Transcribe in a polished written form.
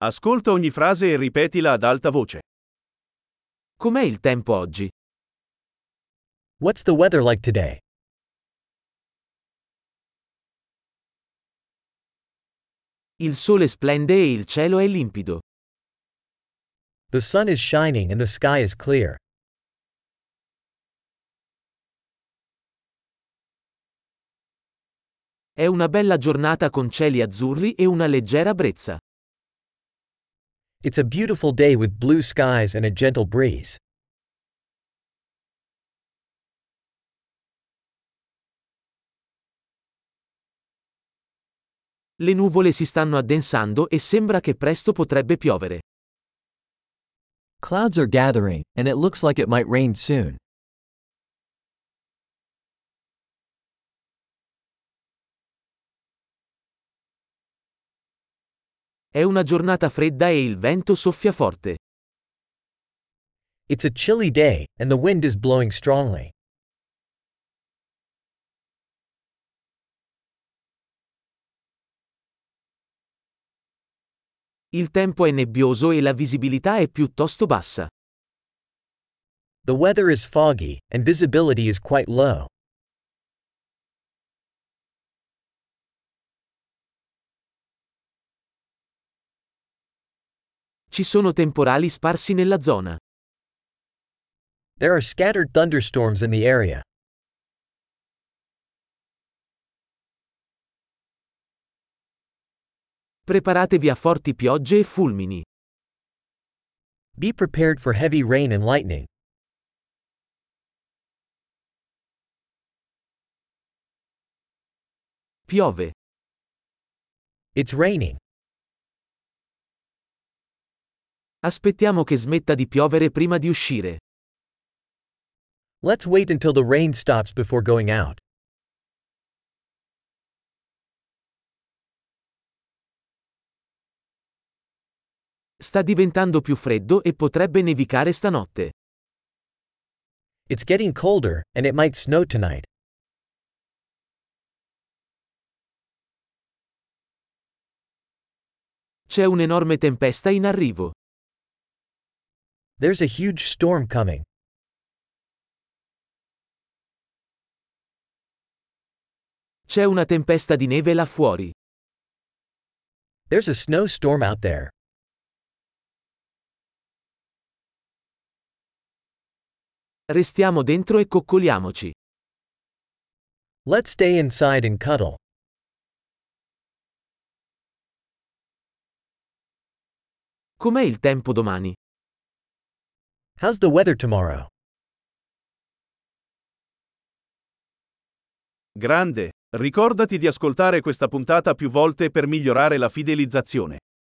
Ascolta ogni frase e ripetila ad alta voce. Com'è il tempo oggi? What's the weather like today? Il sole splende e il cielo è limpido. The sun is shining and the sky is clear. È una bella giornata con cieli azzurri e una leggera brezza. It's a beautiful day with blue skies and a gentle breeze. Le nuvole si stanno addensando e sembra che presto potrebbe piovere. Clouds are gathering, and it looks like it might rain soon. È una giornata fredda e il vento soffia forte. It's a chilly day, and the wind is blowing strongly. Il tempo è nebbioso e la visibilità è piuttosto bassa. The weather is foggy, and visibility is quite low. Ci sono temporali sparsi nella zona. There are scattered thunderstorms in the area. Preparatevi a forti piogge e fulmini. Be prepared for heavy rain and lightning. Piove. It's raining. Aspettiamo che smetta di piovere prima di uscire. Let's wait until the rain stops before going out. Sta diventando più freddo e potrebbe nevicare stanotte. It's getting colder, and it might snow tonight. C'è un'enorme tempesta in arrivo. There's a huge storm coming. C'è una tempesta di neve là fuori. There's a snowstorm out there. Restiamo dentro e coccoliamoci. Let's stay inside and cuddle. Com'è il tempo domani? How's the weather tomorrow? Grande! Ricordati di ascoltare questa puntata più volte per migliorare la fidelizzazione.